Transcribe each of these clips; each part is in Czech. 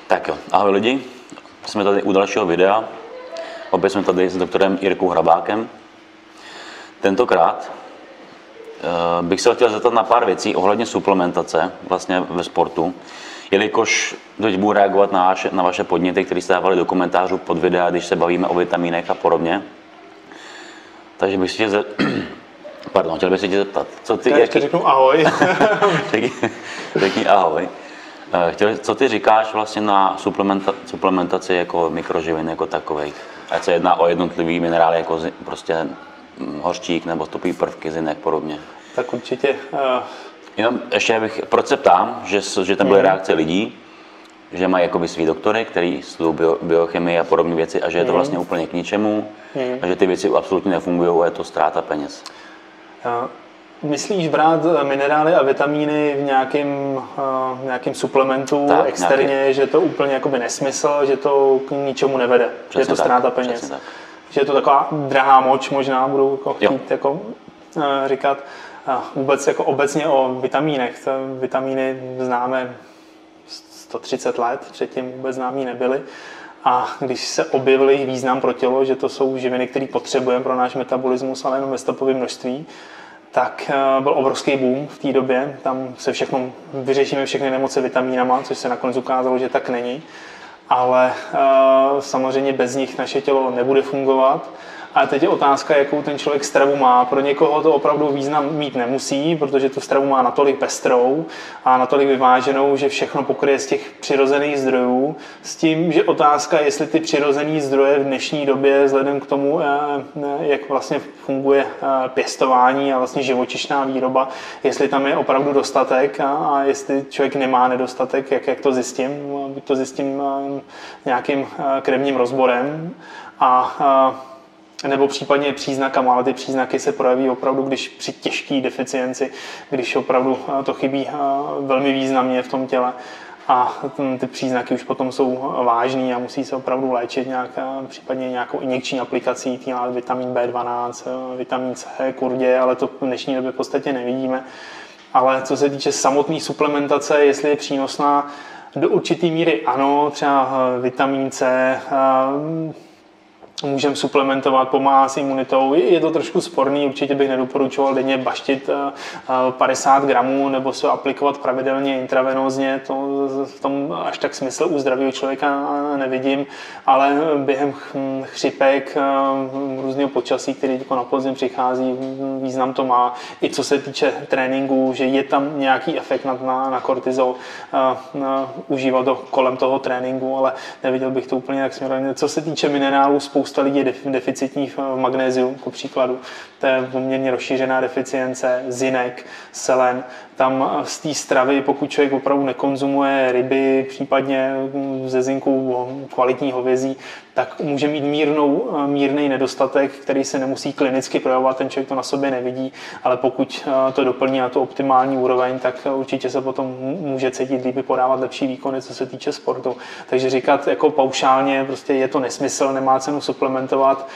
Tak jo, ahoj lidi, jsme tady u dalšího videa. Opět jsme tady s doktorem Jirkou Hrabákem. Tentokrát bych se chtěl zeptat na pár věcí ohledně suplementace vlastně ve sportu, jelikož teď budu reagovat na vaše podněty, které jste dávali do komentářů pod videa, když se bavíme o vitamínech a podobně. Takže bych si chtěl bych se tě zeptat, co ty... Ještě řeknu ahoj. Řekni ahoj. Co ty říkáš vlastně na suplementaci jako mikroživin jako takových? Ať se jedná o jednotlivý minerály jako prostě hořčík nebo topý prvky, zinek podobně. Tak určitě. Jenom ještě proč se ptám, že tam byly reakce lidí, že mají jakoby svý doktory, který studují biochemii a podobné věci a že je to vlastně úplně k ničemu a že ty věci absolutně nefungují a je to ztráta peněz. Myslíš brát minerály a vitamíny v nějakém suplementu tak, externě, že to úplně jakoby nesmysl, že to k ničemu nevede, že je to ztráta peněz. Že je to taková drahá moč, možná budou chtít říkat. Vůbec jako obecně o vitamínech. Vitamíny známe 130 let, předtím vůbec známí nebyly. A když se objevil jejich význam pro tělo, že to jsou živiny, které potřebujeme pro náš metabolismus, ale jenom ve stopovém množství, tak byl obrovský boom v té době. Tam se vyřešíme všechny nemoci vitamínama, což se nakonec ukázalo, že tak není. Ale samozřejmě bez nich naše tělo nebude fungovat. A teď je otázka, jakou ten člověk stravu má. Pro někoho to opravdu význam mít nemusí, protože tu stravu má natolik pestrou a natolik vyváženou, že všechno pokryje z těch přirozených zdrojů. S tím, že otázka, jestli ty přirozené zdroje v dnešní době, vzhledem k tomu, jak vlastně funguje pěstování a vlastně živočišná výroba, jestli tam je opravdu dostatek a jestli člověk nemá nedostatek, jak to zjistím. Buď to zjistím nějakým krevním rozborem nebo případně příznakama, ale ty příznaky se projeví opravdu, když při těžké deficienci, když opravdu to chybí velmi významně v tom těle a ty příznaky už potom jsou vážný a musí se opravdu léčit případně nějakou injekční aplikací, vitamin B12, vitamin C, kurdě, ale to v dnešní době v podstatě nevidíme. Ale co se týče samotné suplementace, jestli je přínosná, do určité míry ano, třeba vitamin C, můžeme suplementovat, pomáhá s imunitou. Je to trošku sporný, určitě bych nedoporučoval denně baštit 50 gramů nebo se aplikovat pravidelně intravenózně. To v tom až tak smysl u zdravého člověka nevidím, ale během chřipek, různého počasí, který na podzim přichází, význam to má. I co se týče tréninku, že je tam nějaký efekt na kortizol, užívat to kolem toho tréninku, ale neviděl bych to úplně tak směrem. Co se týče minerálů, spousta lidí je deficitních v magnéziu, jako příkladu. To je poměrně rozšířená deficience, zinek, selen. Tam z té stravy, pokud člověk opravdu nekonzumuje ryby, případně ze zinku kvalitní hovězí, tak může mít mírný nedostatek, který se nemusí klinicky projevovat, ten člověk to na sobě nevidí, ale pokud to doplní na tu optimální úroveň, tak určitě se potom může cítit líp, podávat lepší výkony, co se týče sportu. Takže říkat jako paušálně, prostě je to nesmysl, nemá cenu suplementovat.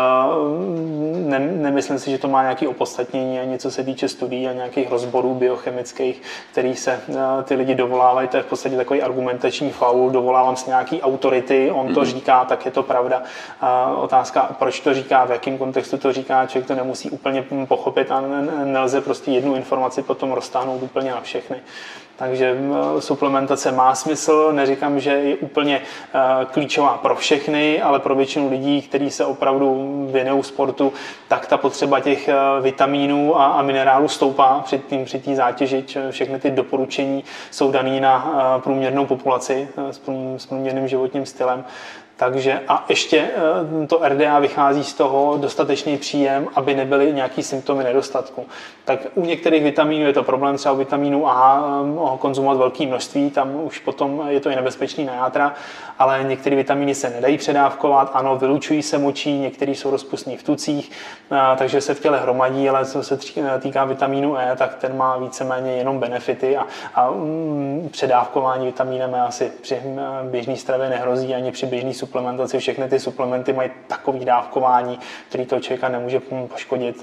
Nemyslím si, že to má nějaké opodstatnění ani co se týče studií a nějakých rozborů biochemických, který se ty lidi dovolávají. To je v podstatě takový argumentační faul, dovolávám se nějaký autority, on to říká, tak je to pravda. Otázka, proč to říká, v jakém kontextu to říká, člověk to nemusí úplně pochopit a nelze prostě jednu informaci potom roztáhnout úplně na všechny. Takže suplementace má smysl, neříkám, že je úplně klíčová pro všechny, ale pro většinu lidí, kteří se opravdu věnují sportu, tak ta potřeba těch vitamínů a minerálů stoupá při té zátěži. Všechny ty doporučení jsou dané na průměrnou populaci s průměrným životním stylem. Takže a ještě to RDA vychází z toho dostatečný příjem, aby nebyly nějaký symptomy nedostatku. Tak u některých vitamínů je to problém, třeba u vitamínu A ho konzumovat velké množství, tam už potom je to i nebezpečný na játra, ale některé vitamíny se nedají předávkovat, ano, vylučují se močí, některé jsou rozpustné v tucích, takže se v těle hromadí, ale co se týká vitamínu E, tak ten má víceméně jenom benefity a předávkování vitamínem E asi při běžné stravě nehrozí ani při běžné suplementaci. Všechny ty suplementy mají takové dávkování, který toho člověka nemůže poškodit.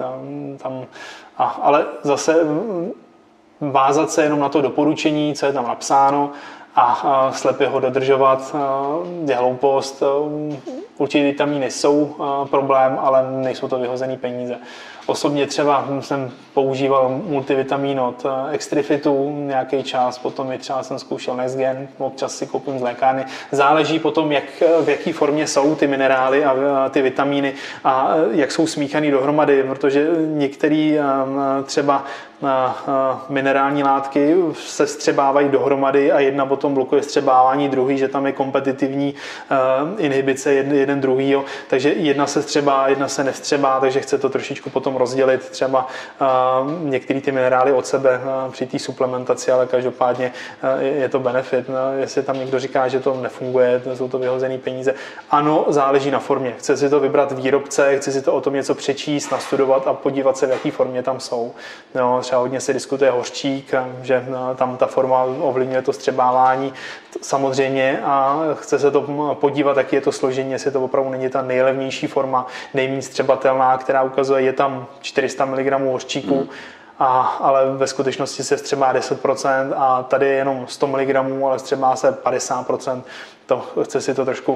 Ale zase vázat se jenom na to doporučení, co je tam napsáno, a slepě ho dodržovat je hloupost. Určitě vitamíny jsou problém, ale nejsou to vyhozené peníze. Osobně třeba jsem používal multivitamin od Extrifitu nějaký čas, potom i třeba jsem zkoušel NextGen, občas si koupím z lékárny. Záleží potom, v jaké formě jsou ty minerály a ty vitamíny a jak jsou smíchaný dohromady, protože některé třeba minerální látky se střebávají dohromady a jedna potom blokuje střebávání druhý, že tam je kompetitivní inhibice jeden druhýho, takže jedna se střebá, jedna se nevstřebá, takže chce to trošičku potom rozdělit třeba některé ty minerály od sebe při té suplementaci, ale každopádně je to benefit. Jestli tam někdo říká, že to nefunguje, jsou to vyhozené peníze. Ano, záleží na formě. Chce si to vybrat výrobce, chce si to o tom něco přečíst, nastudovat a podívat se, v jaké formě tam jsou. No, třeba hodně se diskutuje hořčík, že tam ta forma ovlivňuje to střebávání samozřejmě a chce se to podívat, jaký je to složení, jestli to opravdu není ta nejlevnější forma, nejméně střebatelná, která ukazuje, je tam 400 mg hořčíku, ale ve skutečnosti se střebá 10% a tady je jenom 100 mg, ale střebá se 50%. To chce si to trošku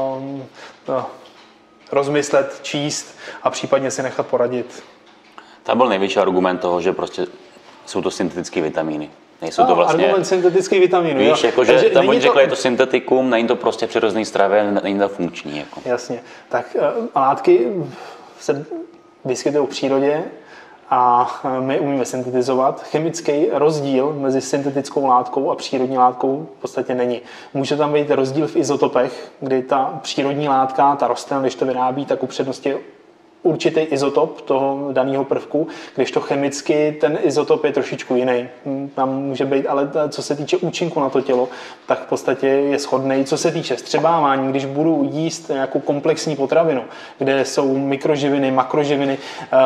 rozmyslet, číst a případně si nechat poradit. Tam byl největší argument toho, že prostě jsou to syntetické vitamíny. Nejsou to vlastně... Argument syntetických vitaminů. Víš, jakože tam oni řekli, je to syntetikum, není to prostě přirozený stravě, není to funkční. Jako. Jasně. Tak látky se vyskytují v přírodě a my umíme syntetizovat. Chemický rozdíl mezi syntetickou látkou a přírodní látkou v podstatě není. Může tam být rozdíl v izotopech, kdy ta přírodní látka, ta rostlina, když to vyrábí, tak upřednostňuje určitý izotop toho daného prvku, když to chemicky ten izotop je trošičku jiný. Tam může být, ale co se týče účinku na to tělo, tak v podstatě je shodný. Co se týče střebávání, když budu jíst nějakou komplexní potravinu, kde jsou mikroživiny, makroživiny,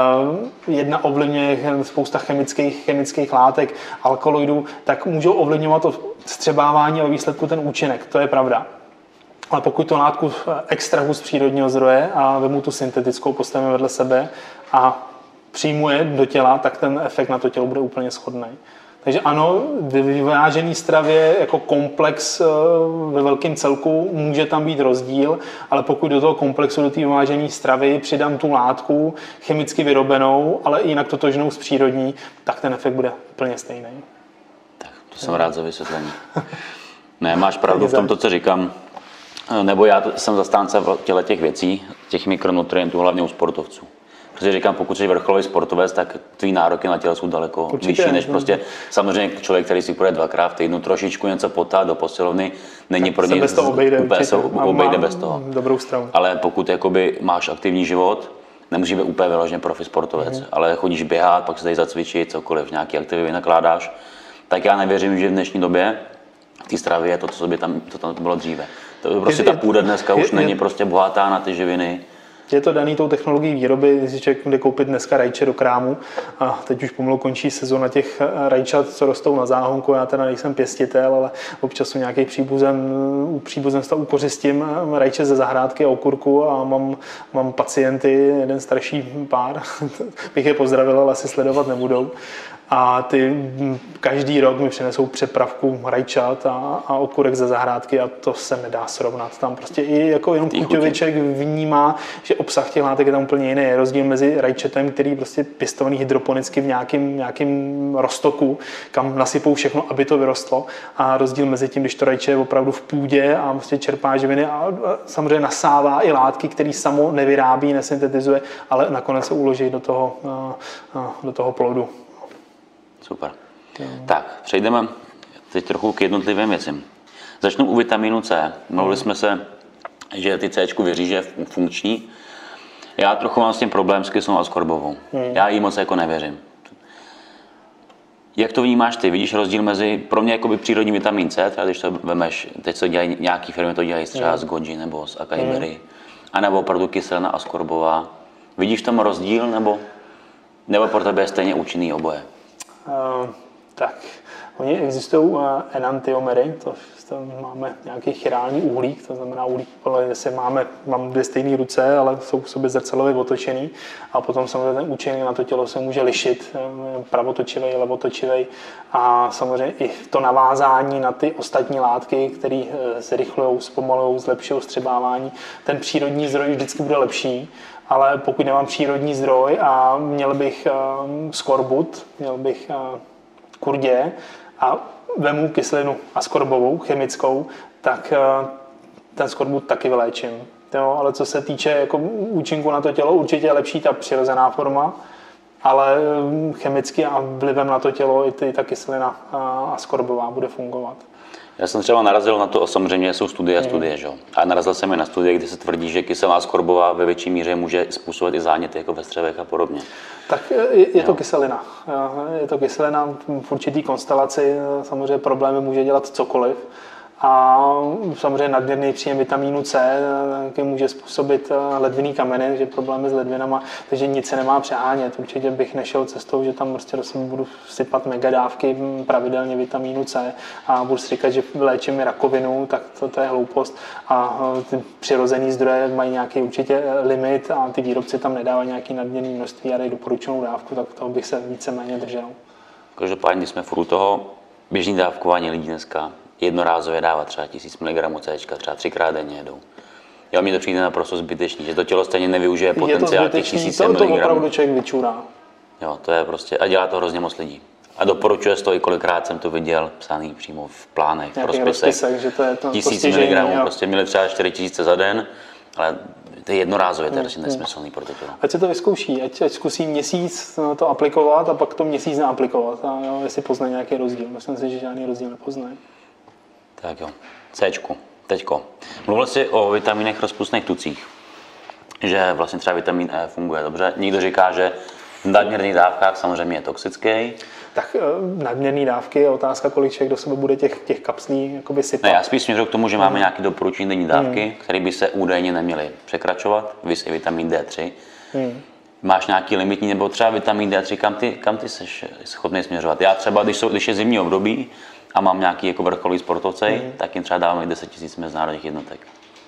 jedna ovlivňuje spousta chemických látek, alkaloidů, tak můžou ovlivňovat to střebávání a ve výsledku ten účinek. To je pravda. Ale pokud tu látku extrahuji z přírodního zdroje a vemu tu syntetickou, postavím vedle sebe a přijmu je do těla, tak ten efekt na to tělo bude úplně shodný. Takže ano, ve vyvážené stravě jako komplex ve velkém celku může tam být rozdíl, ale pokud do toho komplexu, do té vyvážené stravy přidám tu látku chemicky vyrobenou, ale jinak totožnou s přírodní, tak ten efekt bude úplně stejný. Tak to jsem rád za vysvětlení. Ne, máš pravdu v tom, co říkám. Nebo já jsem zastánce těch věcí, těch mikronutrientů, hlavně u sportovců. Protože říkám, pokud jsi vrcholový sportovec, tak tvý nároky na tělo jsou daleko vyšší než prostě samozřejmě člověk, který si půjde 2krát v týdnu, trošičku něco potá do posilovny, není pro něj obejde bez toho. Dobrou stravu. Ale pokud jakoby máš aktivní život, nemusíš být úplně vyloženě profi sportovec, ale chodíš běhat, pak se tady zacvičit, cokoliv, nějaký aktivity vynakládáš, tak já nevěřím, že v dnešní době v té stravě je to, co tam bylo dříve. To prostě ta půda dneska už není prostě bohatá na ty živiny. Je to daný tou technologií výroby, když si člověk jde koupit dneska rajče do krámu a teď už pomalu končí sezóna těch rajčat, co rostou na záhonku. Já teda nejsem pěstitel, ale občas jsou nějaký příbuzenstva ukořistím rajče ze zahrádky a okurku a mám pacienty, jeden starší pár, bych je pozdravil, ale asi sledovat nebudou. A ty každý rok mi přinesou přepravku rajčat a okurek ze zahrádky a to se nedá srovnat. Tam prostě i jako jenom chuťoviček vnímá, že obsah těch látek je tam úplně jiný. Je rozdíl mezi rajčetem, který prostě pěstovaný hydroponicky v nějakým roztoku, kam nasypou všechno, aby to vyrostlo, a rozdíl mezi tím, když to rajče je opravdu v půdě a prostě čerpá živiny a samozřejmě nasává i látky, které samo nevyrábí, nesyntetizuje, ale nakonec se uloží do toho plodu. Super. Tak, přejdeme teď trochu k jednotlivým věcem. Začnu u vitamínu C. Mluvili jsme se, že ty C věří, že je funkční. Já trochu mám s tím problém s kyselou askorbovou. Já jí moc jako nevěřím. Jak to vnímáš ty? Vidíš rozdíl mezi, pro mě jakoby přírodní vitamin C, třeba když to vemeš, teď co dělají nějaký firmy, to dělají třeba z Goji nebo z Acai Berry, anebo opravdu kyselina askorbová. Vidíš tam rozdíl, nebo pro tebe je stejně účinný oboje? Tak, Oni existují enantiomery, to máme nějaký chirální uhlík, to znamená uhlík, jestli mám dvě stejné ruce, ale jsou v sobě zrcadlově otočený a potom samozřejmě ten účinek na to tělo se může lišit, pravotočivej, levotočivej a samozřejmě i to navázání na ty ostatní látky, které zrychlujou, zpomalují, zlepšují vstřebávání. Ten přírodní zdroj vždycky bude lepší, ale pokud nemám přírodní zdroj a měl bych skorbut, měl bych kurdě a vemu kyselinu askorbovou, chemickou, tak ten skorbut taky vyléčím. Jo, ale co se týče jako účinku na to tělo, určitě je lepší ta přirozená forma, ale chemicky a vlivem na to tělo i ta kyselina askorbová bude fungovat. Já jsem třeba narazil na to, samozřejmě jsou studie, že jo. A narazil jsem i na studie, kde se tvrdí, že kyselina askorbová ve větší míře může způsobit i záněty jako ve střevech a podobně. Tak je to kyselina. Je to kyselina v určitý konstelaci, samozřejmě problémy může dělat cokoliv. A samozřejmě nadměrný příjem vitamínu C může způsobit ledvinný kameny, takže problémy s ledvinama, takže nic se nemá přehánět. Určitě bych nešel cestou, že tam prostě do sebe budu sypat megadávky pravidelně vitamínu C a budu si říkat, že léčím mi rakovinu, tak to je hloupost. A ty přirozený zdroje mají nějaký určitě limit a ty výrobci tam nedávají nějaký nadměrný množství a dají doporučenou dávku, tak toho bych se víceméně držel. Každopádně jsme furt toho běžný dávkování lidí dneska. Jednorázově dávat třeba 1000 mg C, třeba 3krát denně jedou. Jo, mně to přijde naprosto zbytečný, že to tělo stejně nevyužije potenciál těch 1000 mg. To opravdu člověk vyčurá. Jo, to je prostě, a dělá to hrozně moc lidí. A doporučuje to i kolikrát jsem to viděl psaný přímo v plánech, v rozpisech. Že to je to 1000 mg, prostě měli třeba 4000 za den, ale to je jednorázově, to je prostě nesmyslný pro to tělo. Ať se to vyzkouší, ať zkusí měsíc to aplikovat a pak to měsíc neaplikovat. A jo, jestli poznají nějaký rozdíl. Myslím si, že žádný rozdíl nepoznají. Tak jo, Cčku, teďko. Mluvil jsi o vitaminech rozpustných tucích, že vlastně třeba vitamin E funguje dobře. Někdo říká, že v nadměrných dávkách samozřejmě je toxický. Tak nadměrné dávky je otázka, kolik člověk do sebe bude těch kapslí jakoby sypat. Ne, já spíš směřuji k tomu, že máme nějaké doporučení denní dávky, které by se údajně neměly překračovat, viz i vitamin D3. Máš nějaký limitní, nebo třeba vitamin D3, kam ty jsi schopný směřovat? Já třeba, když je zimní období a mám nějaký jako vrcholový sportovce, tak jim třeba dávám 10 000 mezinárodních jednotek.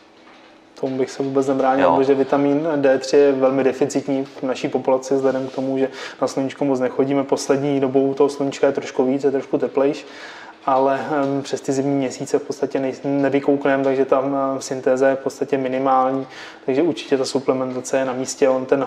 Tomu bych se vůbec nebránil, protože vitamin D3 je velmi deficitní v naší populaci vzhledem k tomu, že na sluníčko moc nechodíme. Poslední dobou toho sluníčka je trošku víc, je trošku teplejší, ale přes ty zimní měsíce v podstatě nevykoukneme, takže tam syntéza je v podstatě minimální, takže určitě ta suplementace je na místě.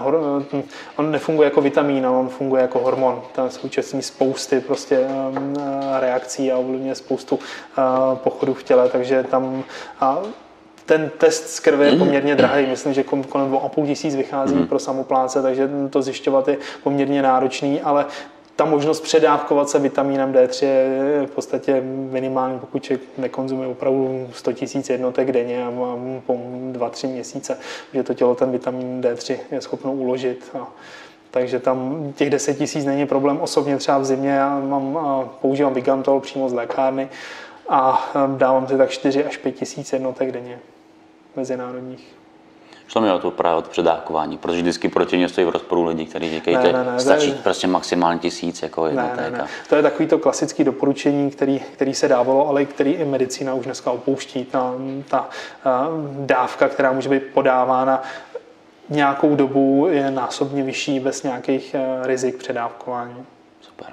On nefunguje jako vitamín, ale on funguje jako hormon. Tam současní spousty prostě reakcí a ovlivňuje spoustu pochodů v těle, takže tam ten test z krve je poměrně drahý, myslím, že kolem 2500 vychází pro samopláce, takže to zjišťovat je poměrně náročný, ale ta možnost předávkovat se vitamínem D3 je v podstatě minimální, pokud člověk nekonzumuje opravdu 100 000 jednotek denně a má po 2-3 měsíce, že to tělo ten vitamin D3 je schopno uložit. Takže tam těch 10 000 není problém. Osobně třeba v zimě já používám Vigantol přímo z lékárny a dávám si tak 4 až 5 000 jednotek denně mezinárodních. Šlo mi o to právě od předávkování, protože vždycky proti mě stojí v rozporu lidi, kteří říkají, že stačí prostě maximálně 1000 jako jednotek. Ne. To je takový to klasické doporučení, který se dávalo, ale který i medicína už dneska opouští. Ta dávka, která může být podávána nějakou dobu, je násobně vyšší bez nějakých rizik předávkování. Super.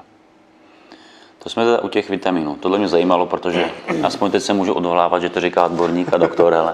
To jsme teda u těch vitaminů. Tohle mě zajímalo, protože aspoň teď se můžu odvolávat, že to říká odborník a doktor, ale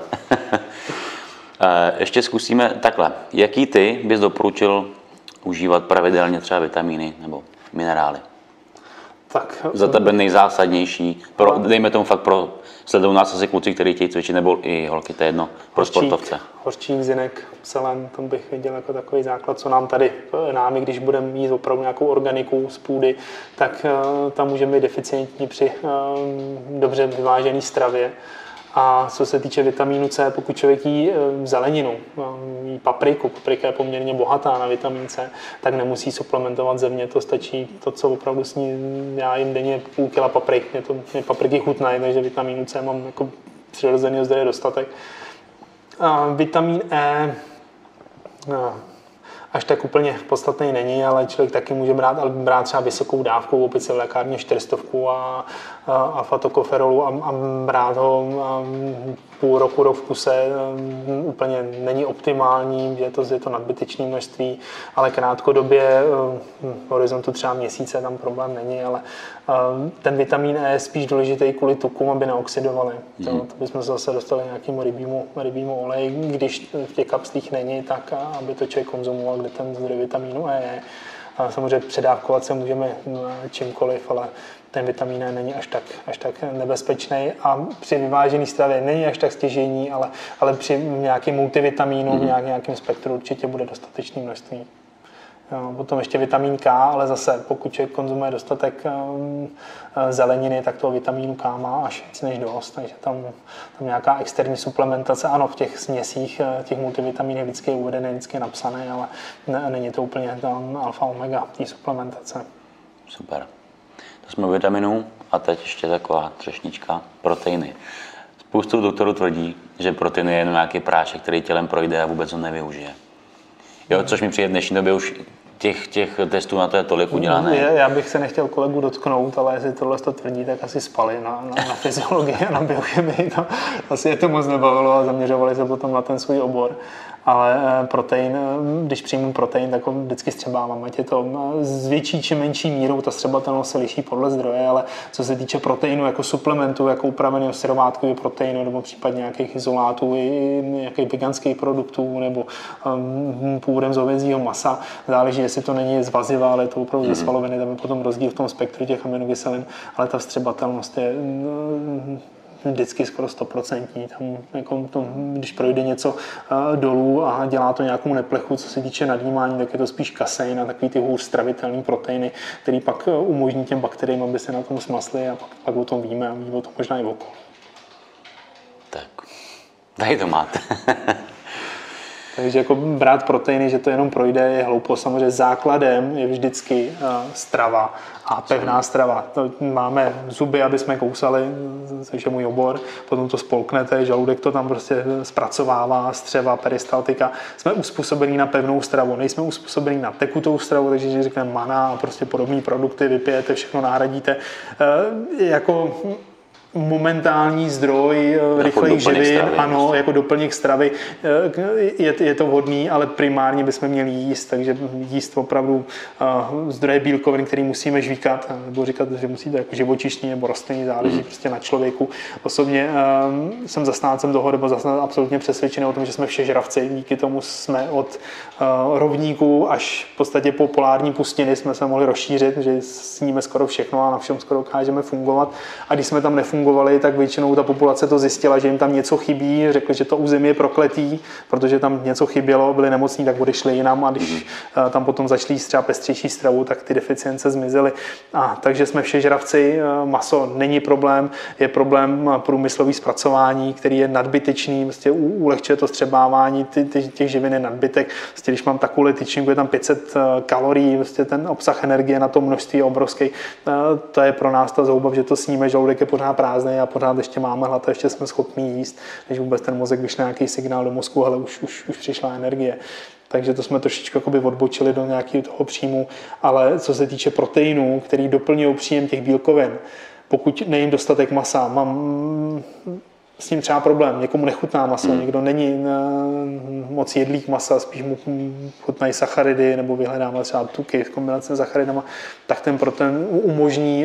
ještě zkusíme takhle. Jaký ty bys doporučil užívat pravidelně třeba vitamíny nebo minerály? Tak, za tebe nejzásadnější, dejme tomu fakt pro sledují nás asi kluci, kteří chtějí cvičit, nebo i holky, to je jedno, pro sportovce. Hořčík, zinek, selen, tam bych viděl jako takový základ, co nám tady námi, když budeme mít opravdu nějakou organiku z půdy, tak tam můžeme být deficientní při dobře vyvážené stravě. A co se týče vitamínu C, pokud člověk jí zeleninu, jí papriku, paprika je poměrně bohatá na vitamin C, tak nemusí suplementovat země, to stačí to, co opravdu sní, já jim denně půl kila paprik, mě papriky chutnají, takže vitamínu C mám jako přirozený zdroje dostatek. Vitamin E, až tak úplně podstatný není, ale člověk taky může brát třeba vysokou dávku, koupit si v lékárně 400 a fatokoferolu a brát ho půl roku, rok v kuse úplně není optimální, je to nadbytečné množství, ale krátkodobě v horizontu třeba měsíce tam problém není, ale ten vitamin E je spíš důležitý kvůli tukům, aby neoxidovali. To bychom se zase dostali nějakému rybímu oleji, když v těch kapslích není, tak aby to člověk konzumoval, kde ten zdroj vitamínu E je. A samozřejmě předávkovat se můžeme čímkoliv, ale ten vitamin E není až tak nebezpečný a při vyvážené stravě není až tak stěžejní, ale při nějakém multivitamínu, v nějakém spektru určitě bude dostatečné množství. Jo, potom ještě vitamin K, ale zase pokud člověk konzumuje dostatek zeleniny, tak toho vitamínu K má až víc než dost, takže tam nějaká externí suplementace, ano, v těch směsích těch multivitaminů vždycky je uvedené, vždycky je napsané, ale není to úplně tam alfa omega té suplementace. Super. To jsme u vitaminů a teď ještě taková třešnička, proteiny. Spoustu doktorů tvrdí, že protein je jen nějaký prášek, který tělem projde a vůbec ho nevyužije. Jo, což mi přijde v dnešní době už těch testů na to je tolik udělané. Já bych se nechtěl kolegu dotknout, ale jestli tohle to tvrdí, tak asi spali na fyziologii a na biochemii. To asi je to moc nebavilo a zaměřovali se potom na ten svůj obor. Ale protein, když přijmu protein, tak ho vždycky střebávám. Ať je to s větší či menší mírou, ta střebatelnost se liší podle zdroje, ale co se týče proteinu jako suplementu, jako upraveného syrovátkového proteinu nebo případně nějakých izolátů, i nějakých veganských produktů nebo původem z hovězího masa, záleží, jestli to není z vaziva, ale je to opravdu ze svaloviny, tam je potom rozdíl v tom spektru těch aminokyselin, ale ta vstřebatelnost je vždycky skoro 100%. Tam, jako to, když projde něco dolů a dělá to nějakou neplechu, co se týče nadýmání, tak je to spíš kasein a takový ty hůř stravitelný proteiny, který pak umožní těm bakteriím, aby se na tom smasly a pak o tom víme a ví o tom možná i okolo. Tak, tady to máte. Takže jako brát proteiny, že to jenom projde, je hloupost. Samozřejmě základem je vždycky strava a pevná strava. To máme zuby, aby jsme kousali, takže můj obor, potom to spolknete, žaludek to tam prostě zpracovává, střeva, peristaltika. Jsme uspůsobení na pevnou stravu, nejsme uspůsobení na tekutou stravu, takže když řekneme mana a prostě podobné produkty, vypijete, všechno nahradíte. Jako momentální zdroj rychlých živin, ano, jako doplněk stravy, je to vhodný, ale primárně bychom měli jíst, takže jíst opravdu zdroje bílkovin, který musíme žvíkat, nebo říkat, že musíte jako živočišní nebo rostlinný, záleží prostě na člověku. Osobně jsem zastáncem toho, nebo zase absolutně přesvědčený o tom, že jsme všežravci, díky tomu jsme od rovníků až v podstatě po polární pustiny jsme se mohli rozšířit, že sníme skoro všechno a na všem skoro dokážeme fungovat. A když jsme tam nefungovali, tak většinou ta populace to zjistila, že jim tam něco chybí, řekli, že to území je prokletý, protože tam něco chybělo, byli nemocní, tak odešli jinam a když tam potom začali jíst třeba pestřejší stravu, tak ty deficience zmizely. Takže jsme všežravci, maso není problém, je problém průmyslový zpracování, který je nadbytečný, prostě ulehčuje to střebávání, těch živin je nadbytek. Prostě když mám takovou tyčinku, je tam 500 kalorií, prostě ten obsah energie na to množství je obrovský. To je pro nás ta zhouba, že to sníme, žaludek je pořád prázdný a pořád ještě máme hlad a ještě jsme schopni jíst, když vůbec ten mozek vyšle nějaký signál do mozku, ale už přišla energie. Takže to jsme trošičku odbočili do nějakého toho příjmu, ale co se týče proteinů, který doplňují příjem těch bílkovin, pokud nejím dostatek masa, mám s tím třeba problém, někomu nechutná maso, někdo není moc jedlík masa, spíš mu chutnají sacharidy nebo vyhledáme třeba tuky v kombinaci s sacharidama, tak ten protein umožní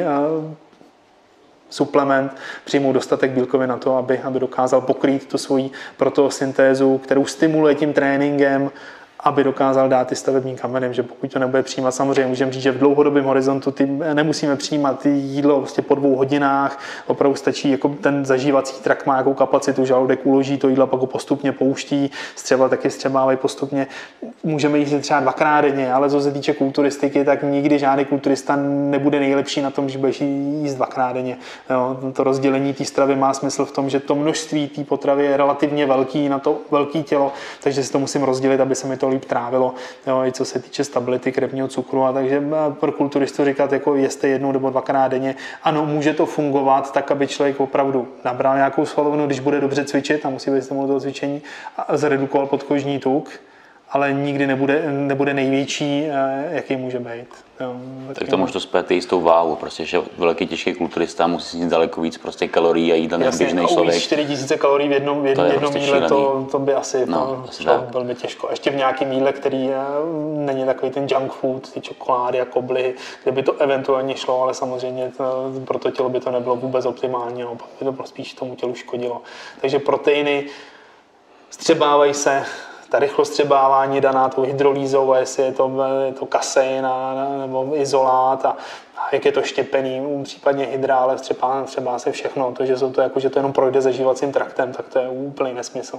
suplement přijmout dostatek bílkovin na to, aby dokázal pokrýt tu svoji protosyntézu, kterou stimuluje tím tréninkem, aby dokázal dát ty stavební kameny, že pokud to nebude přijímat, samozřejmě můžeme říct, že v dlouhodobém horizontu nemusíme přijímat jídlo prostě po 2 hodinách, opravdu stačí, jako ten zažívací trakt má jakou kapacitu, žaludek uloží to jídlo, pak ho postupně pouští, střeva taky střebávají postupně. Můžeme jíst třeba 2krát denně, ale co se týče kulturistiky, tak nikdy žádný kulturista nebude nejlepší na tom, když budeš jíst 2krát denně. Jo, to rozdělení té stravy má smysl v tom, že to množství té potravy je relativně velký na to velké tělo, takže si to musím rozdělit, aby se mi to líp trávilo, jo, i co se týče stability krevního cukru. A takže pro kulturistu říkat, jako jeste 1 nebo 2krát denně, ano, může to fungovat tak, aby člověk opravdu nabral nějakou svalovinu, když bude dobře cvičit a musí být stimul toho cvičení a zredukoval podkožní tuk. ale nikdy nebude největší, jaký může být. Tak to možná spět i s tou váhou, prostě, že velký těžký kulturista musí sníst daleko víc prostě kalorií a jídla než běžný člověk. 4000 kalorií v jednom jídle, to by asi šlo velmi těžko. Ještě v nějakém jídle, který není takový ten junk food, ty čokolády a koblihy, kde by to eventuálně šlo, ale samozřejmě pro to tělo by to nebylo vůbec optimální, no, pak by to spíš tomu tělu škodilo. Takže proteiny střebávají se, ta rychlost střebávání daná tou hydrolýzou, jestli je to kasein nebo izolát a jak je to štěpený, případně hydrále, třeba se všechno, to, že to jako, že to jenom projde zažívacím traktem, tak to je úplný nesmysl.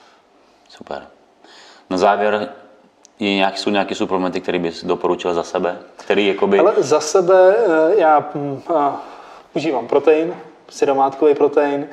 Super. Na závěr jsou nějaké suplementy, které bys doporučil za sebe? Ale za sebe já užívám protein, sydomátkový protein,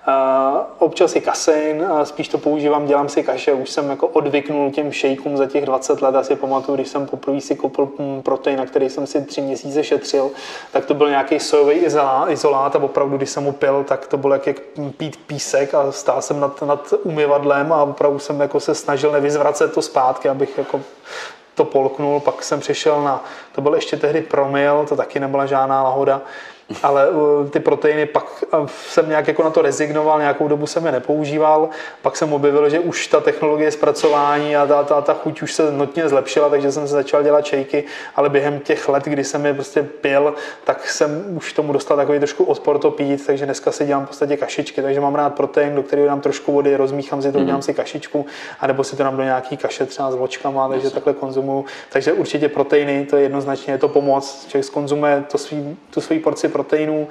občas i kasein, spíš to používám, dělám si kaše, už jsem jako odvyknul těm šejkům za těch 20 let, asi pamatuju, když jsem poprvé si koupil protein, na který jsem si 3 měsíce šetřil, tak to byl nějaký sojový izolát a opravdu, když jsem ho pil, tak to bylo jak pít písek a stál jsem nad umyvadlem a opravdu jsem jako se snažil nevyzvracet to zpátky, abych jako to polknul, pak jsem přišel to byl ještě tehdy Promil, to taky nebyla žádná lahoda, ale ty proteiny pak jsem nějak jako na to rezignoval, nějakou dobu jsem je nepoužíval, pak jsem objevil, že už ta technologie zpracování a ta chuť už se notně zlepšila, takže jsem se začal dělat šejky, ale během těch let, kdy jsem je prostě pil, tak jsem už tomu dostal takový trošku odpor to pít, takže dneska si dělám v podstatě kašičky, takže mám rád protein, do kterého dám trošku vody, rozmíchám si to, udělám si kašičku, anebo si to dám do nějaký kaše třeba s vočkama, takže takhle konzumuju. Takže určitě proteiny, to je jednoznačně, je to pomoc, člověk zkonzumuje tu svou porci proteinů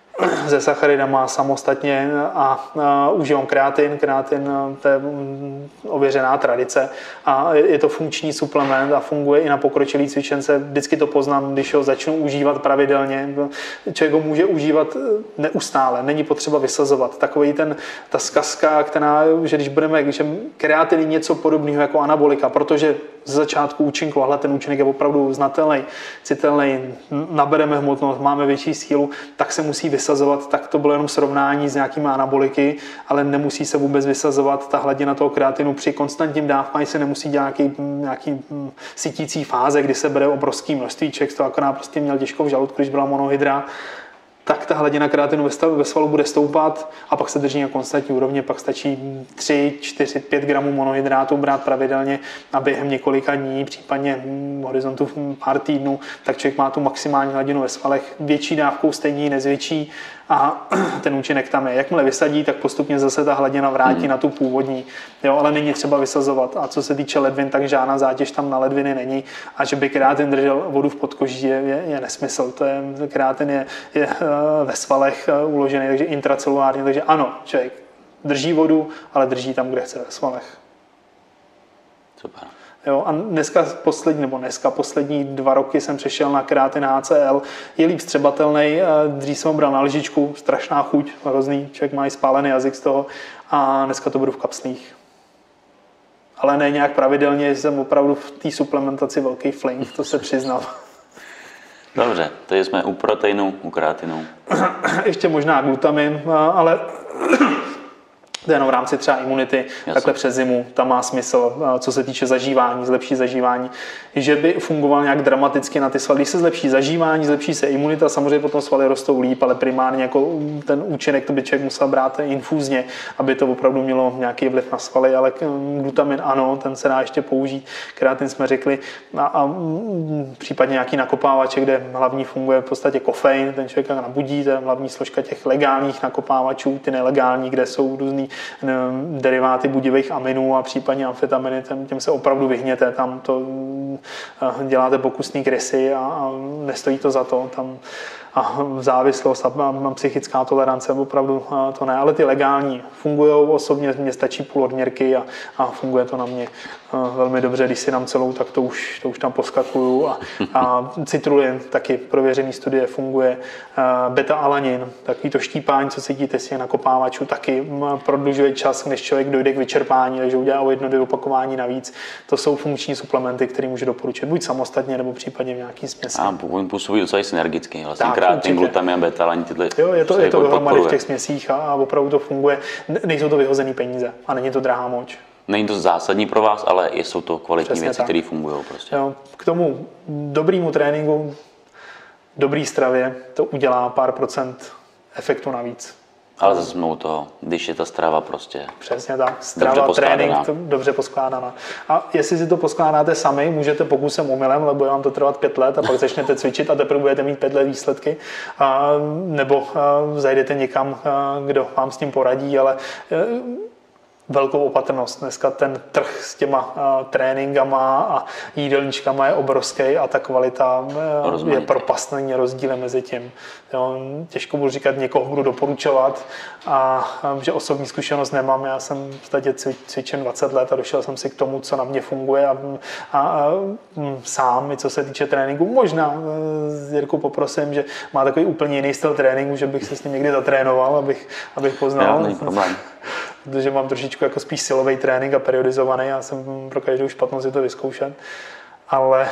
se sacharidama samostatně a užívám kreatin. Kreatin, to je ověřená tradice a je to funkční suplement a funguje i na pokročilý cvičence. Vždycky to poznám, když ho začnu užívat pravidelně. Člověk ho může užívat neustále, není potřeba vysazovat. Takový ta zkazka, že když že kreatin je něco podobného jako anabolika, protože z začátku účinku, ale ten účinek je opravdu znatelný, citelný, nabereme hmotnost, máme větší sílu, tak se musí vysazovat, tak to bylo jenom srovnání s nějakými anaboliky, ale nemusí se vůbec vysazovat ta hladina toho kreatinu při konstantním dávkání se nemusí dělat nějaký sytící fáze, kdy se bere obrovský množství, člověk to akorát prostě měl těžko v žaludku, když byla monohydra, tak ta hladina kreatinu ve svalu bude stoupat a pak se drží na konstantní úrovni, pak stačí 3, 4, 5 gramů monohydrátu brát pravidelně a během několika dní, případně v horizontu pár týdnů, tak člověk má tu maximální hladinu ve svalech. Větší dávkou stejně nezvětší a ten účinek tam je. Jakmile vysadí, tak postupně zase ta hladina vrátí na tu původní. Jo, ale není třeba vysazovat. A co se týče ledvin, tak žádná zátěž tam na ledviny není. A že by kreatin držel vodu v podkoží, je nesmysl. Kreatin je ve svalech uložený, takže intracelulárně. Takže ano, člověk drží vodu, ale drží tam, kde chce, ve svalech. Super. Jo, a poslední 2 roky jsem přešel na kreatin HCl. Je líp střebatelný, dřív jsem ho bral na lžičku, strašná chuť, hrozný, člověk má i spálený jazyk z toho a dneska to budu v kapslích. Ale ne nějak pravidelně, jsem opravdu v té suplementaci velký flink, to se přiznám. Dobře, takže jsme u proteinu, u kreatinu. Ještě možná glutamin, ale to je jenom v rámci třeba imunity, jasně. Takhle přes zimu, tam má smysl, co se týče zažívání, zlepší zažívání, že by fungoval nějak dramaticky na ty svaly. Když se zlepší zažívání, zlepší se imunita, samozřejmě potom svaly rostou líp, ale primárně jako ten účinek to by člověk musel brát infúzně, aby to opravdu mělo nějaký vliv na svaly, ale glutamin ano, ten se dá ještě použít. Kreatin jsme řekli a případně nějaký nakopávače, kde hlavní funguje v podstatě kofein, ten člověk nabudí, to je hlavní složka těch legálních nakopávačů, ty nelegální, kde jsou různý deriváty budivých aminů a případně amfetaminy, těm se opravdu vyhněte, tam to děláte pokusný krysy a nestojí to za to, tam a závislost a psychická tolerance, opravdu to ne, ale ty legální fungují, osobně mě stačí půl odměrky a funguje to na mě velmi dobře, když si dám celou, tak to už tam poskakuju a citrulin, taky prověřený studie funguje, beta-alanin, takový to štípání, co cítíte si na kopávaču, taky prodlužuje čas, než člověk dojde k vyčerpání, takže udělá o 1-2 opakování navíc. To jsou funkční suplementy, které můžu doporučit, buď samostatně, nebo případně v nějaký směsi. A působí docela synergicky, vlastně kreatin, glutamin, beta-alanin, tyhle. Jo, je to dohromady v těch směsích a opravdu to funguje. Nejsou to vyhozený peníze a není to drahá moč. Není to zásadní pro vás, ale jsou to kvalitní věci, které fungují prostě. Jo, k tomu dobrému tréninku, dobrý stravě, to udělá pár procent efektu navíc. Ale zase jsme u toho, když je ta strava prostě. Přesně tak. Strava, trénink, to dobře poskládaná. A jestli si to poskládáte sami, můžete pokusem omylem, lebo vám to trvat 5 let a pak začnete cvičit a teprve budete mít 5 let výsledky. Nebo zajdete někam, kdo vám s tím poradí, ale velkou opatrnost. Dneska ten trh s těma tréninkama a jídelníčkama je obrovský a ta kvalita je propastný rozdíl mezi tím. Jo, těžko budu říkat, někoho budu doporučovat a že osobní zkušenost nemám. Já jsem v podstatě cvičen 20 let a došel jsem si k tomu, co na mě funguje a sám, i co se týče tréninku. Možná s Jirkou poprosím, že má takový úplně jiný styl tréninku, že bych se s ním někdy zatrénoval, abych poznal. Není problém. Protože mám trošičku jako spíš silový trénink a periodizovaný. Já jsem pro každou špatnost si to vyzkoušet. Ale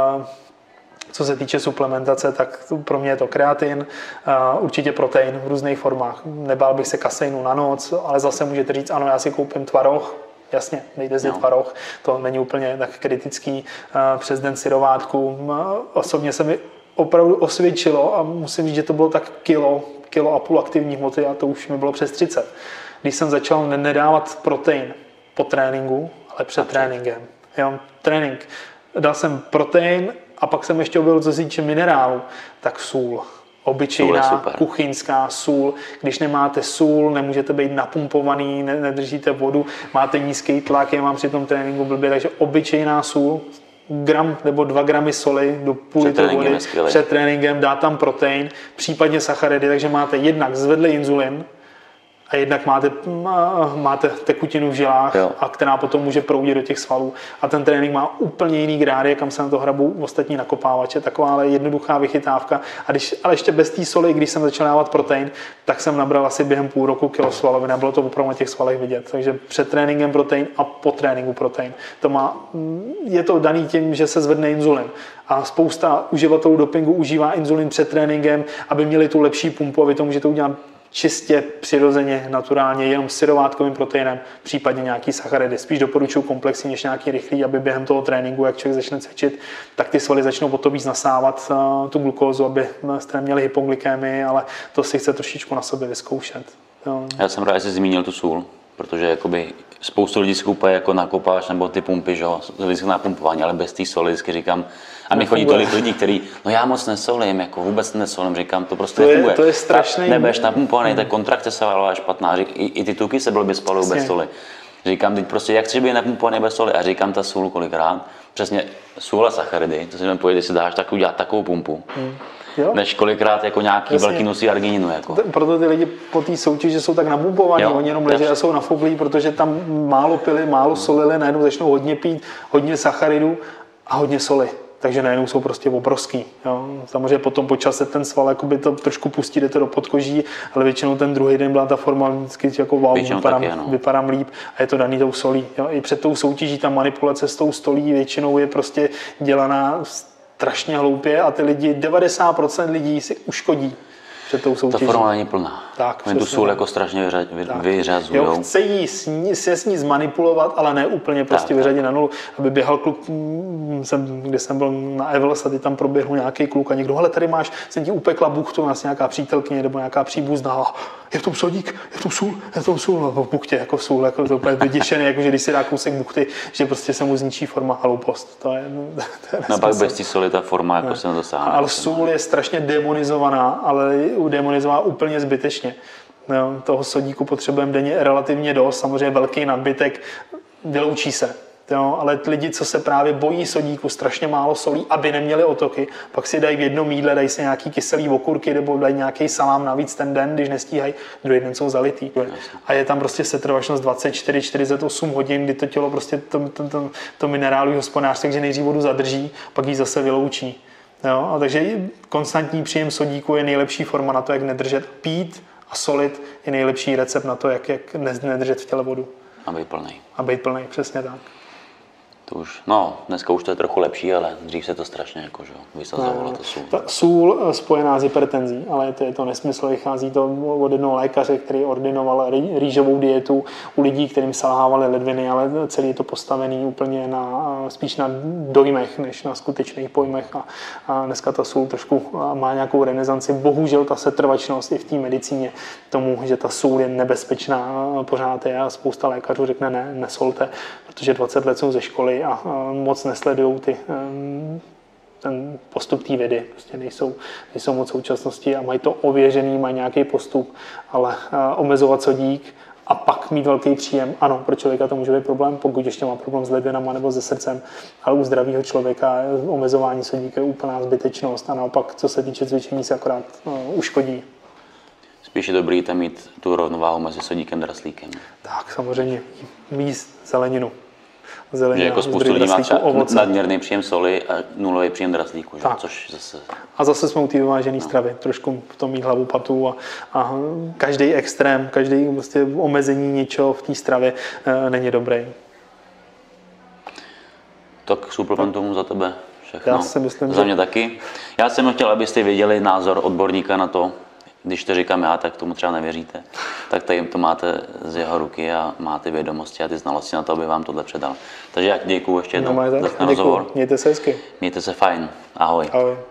co se týče suplementace, tak pro mě je to kreatin, určitě protein v různých formách. Nebál bych se kaseinu na noc, ale zase můžete říct, ano, já si koupím tvaroh. Jasně, nejde zjet tvaroh, to není úplně tak kritický. Přes den syrovátku. Osobně se mi opravdu osvědčilo a musím říct, že to bylo tak kilo a půl aktivní hmoty a to už mi bylo přes 30. Když jsem začal nedávat protein po tréninku, ale před tréninkem. Jo, trénink. Dal jsem protein a pak jsem ještě objevil, co se týče minerálu, tak sůl. Obyčejná, kuchyňská sůl. Když nemáte sůl, nemůžete být napumpovaný, nedržíte vodu, máte nízký tlak, já mám při tom tréninku blbě, takže obyčejná sůl, gram nebo 2 gramy soli do půl litru vody před tréninkem, dá tam protein, případně sacharidy, takže máte jednak zvedlý inzulin, a jednak máte tekutinu v žilách, a která potom může proudit do těch svalů. A ten trénink má úplně jiný grády, kam se na to hrabou ostatní nakopávače. Taková ale jednoduchá vychytávka. Ale ještě bez té soli, když jsem začal dávat protein, tak jsem nabral asi během půl roku kilo svaloviny. Bylo to opravdu na těch svalech vidět. Takže před tréninkem protein a po tréninku protein. Je to daný tím, že se zvedne inzulin. A spousta uživatelů dopingu užívá inzulin před tréninkem, aby měli tu lepší pumpu a vy to můžete udělat čistě, přirozeně, naturálně, jenom syrovátkovým proteinem, případně nějaký sacharidy. Spíš doporučuji komplexní než nějaký rychlý, aby během toho tréninku, jak člověk začne cvičit, tak ty svaly začnou o to víc nasávat tu glukózu, aby jste neměli hypoglykémii, ale to si chce trošičku na sobě vyzkoušet. Jo. Já jsem rád, že jsi zmínil tu sůl, protože jakoby spoustu lidí si koupají jako na kopáč nebo ty pumpy, že jo, na pumpování, ale bez té soli vždycky říkám. A mi chodí tolik lidí, kteří, no já moc nesolím, jako vůbec nesolím, říkám, to prostě nefunguje. To je strašný. Nebudeš napumpovaný, ta kontrakce se valová špatná, i ty tuky se blbě spalují bez soli. Říkám, teď prostě, jak chceš být napumpovaný bez soli? A říkám ta sůl kolikrát, přesně sůl a sacharidy, to si jdeme pojít, jestli dáš tak udělat takovou pumpu. Než kolikrát jako nějaký velký nosí argininu. Jako. Proto ty lidi po té soutěži jsou tak nabumpovaní, oni jenom leží a jsou nafoblí, protože tam málo pili, málo solili, najednou začnou hodně pít, hodně sacharidů a hodně soli. Takže najednou jsou prostě obrovský. Jo. Samozřejmě potom po čase ten sval jakoby to trošku pustí, jdete do podkoží, ale většinou ten druhý den byla ta forma vždycky jako wow, vypadám líp a je to daný tou solí. Jo. I před tou soutěží ta manipulace s tou stolí většinou je prostě dělaná strašně hloupě a ty lidi, 90% lidí si uškodí před tou soutěží. Ta forma není plná. Tak, oni tu sůl jako strašně vyřazují. Chce se s ní zmanipulovat, ale ne úplně prostě vyřadit na nulu. Aby běhal kluk, kde jsem byl na Evels a ty tam proběhl nějaký kluk a někdo, hele, tady máš, jsem ti upekla buchtu, nás nějaká přítelkyně nebo nějaká příbuzná, je v tom sodík, je v tom sůl, v buchtě jako sůl, jako to úplně vyděšený, jako že když si dá kousek buchty, že prostě se mu zničí forma, hloupost. To je no pak bez té soli ta forma jako se nedosáhne. Ale sůl je strašně demonizovaná, ale demonizovaná úplně zbytečně. Jo, toho sodíku potřebujeme denně relativně dost, samozřejmě velký nadbytek, vyloučí se. Jo, ale lidi, co se právě bojí sodíku, strašně málo solí, aby neměli otoky, pak si dají v jednom jídle, dají si nějaký kyselý okurky nebo dají nějaký salám navíc ten den, když nestíhají, druhý den jsou zalitý. A je tam prostě setrvačnost 24-48 hodin, kdy to tělo prostě to minerálové hospodářství, takže nejdřív vodu zadrží, pak ji zase vyloučí. Jo, a takže konstantní příjem sodíku je nejlepší forma na to, jak nedržet. Pít a solit je nejlepší recept na to, jak nedržet v těle vodu. A být plný. A být plný, přesně tak. To už, no, dneska už to je trochu lepší, ale dřív se to strašně jako, že vysazovalo to sůl. Ta sůl spojená s hypertenzí, ale je to nesmysl, vychází to od jednoho lékaře, který ordinoval rýžovou dietu u lidí, kterým selhávaly ledviny, ale celý je to postavený úplně spíš na dojmech, než na skutečných pojmech a dneska ta sůl trošku má nějakou renesanci. Bohužel ta setrvačnost i v té medicíně tomu, že ta sůl je nebezpečná, pořád je a spousta lékařů řekne ne, nesolte, protože 20 let jsou ze školy a moc nesledují ten postup té vědy. Prostě nejsou moc současnosti a mají to ověřený, mají nějaký postup, ale omezovat sodík a pak mít velký příjem, ano, pro člověka to může být problém, pokud ještě má problém s ledvinama nebo se srdcem, ale u zdravého člověka omezování sodíku je úplná zbytečnost a naopak, co se týče cvičení, se akorát uškodí. Spíš je dobrý tam mít tu rovnováhu mezi sodíkem a draslíkem. Tak, samozřejmě. Jíst zeleninu. Že jako spoustu lidí má třeba nadměrný příjem soli a nulový příjem draslíku, že? Což zase... A zase jsme u té vyvážené stravy. Trošku v tom mít hlavu patu a každý extrém, každý prostě omezení něčeho v té stravě není dobrý. Tak suplementům za tebe všechno. Já si myslím, za mě taky. Já jsem chtěl, abyste věděli názor odborníka na to, když to říkám já, tak tomu třeba nevěříte. Tak tady to máte z jeho ruky a máte vědomosti a ty znalosti na to, aby vám tohle předal. Takže já děkuju ještě jednou za ten rozhovor. Mějte se hezky. Mějte se fajn. Ahoj. Ahoj.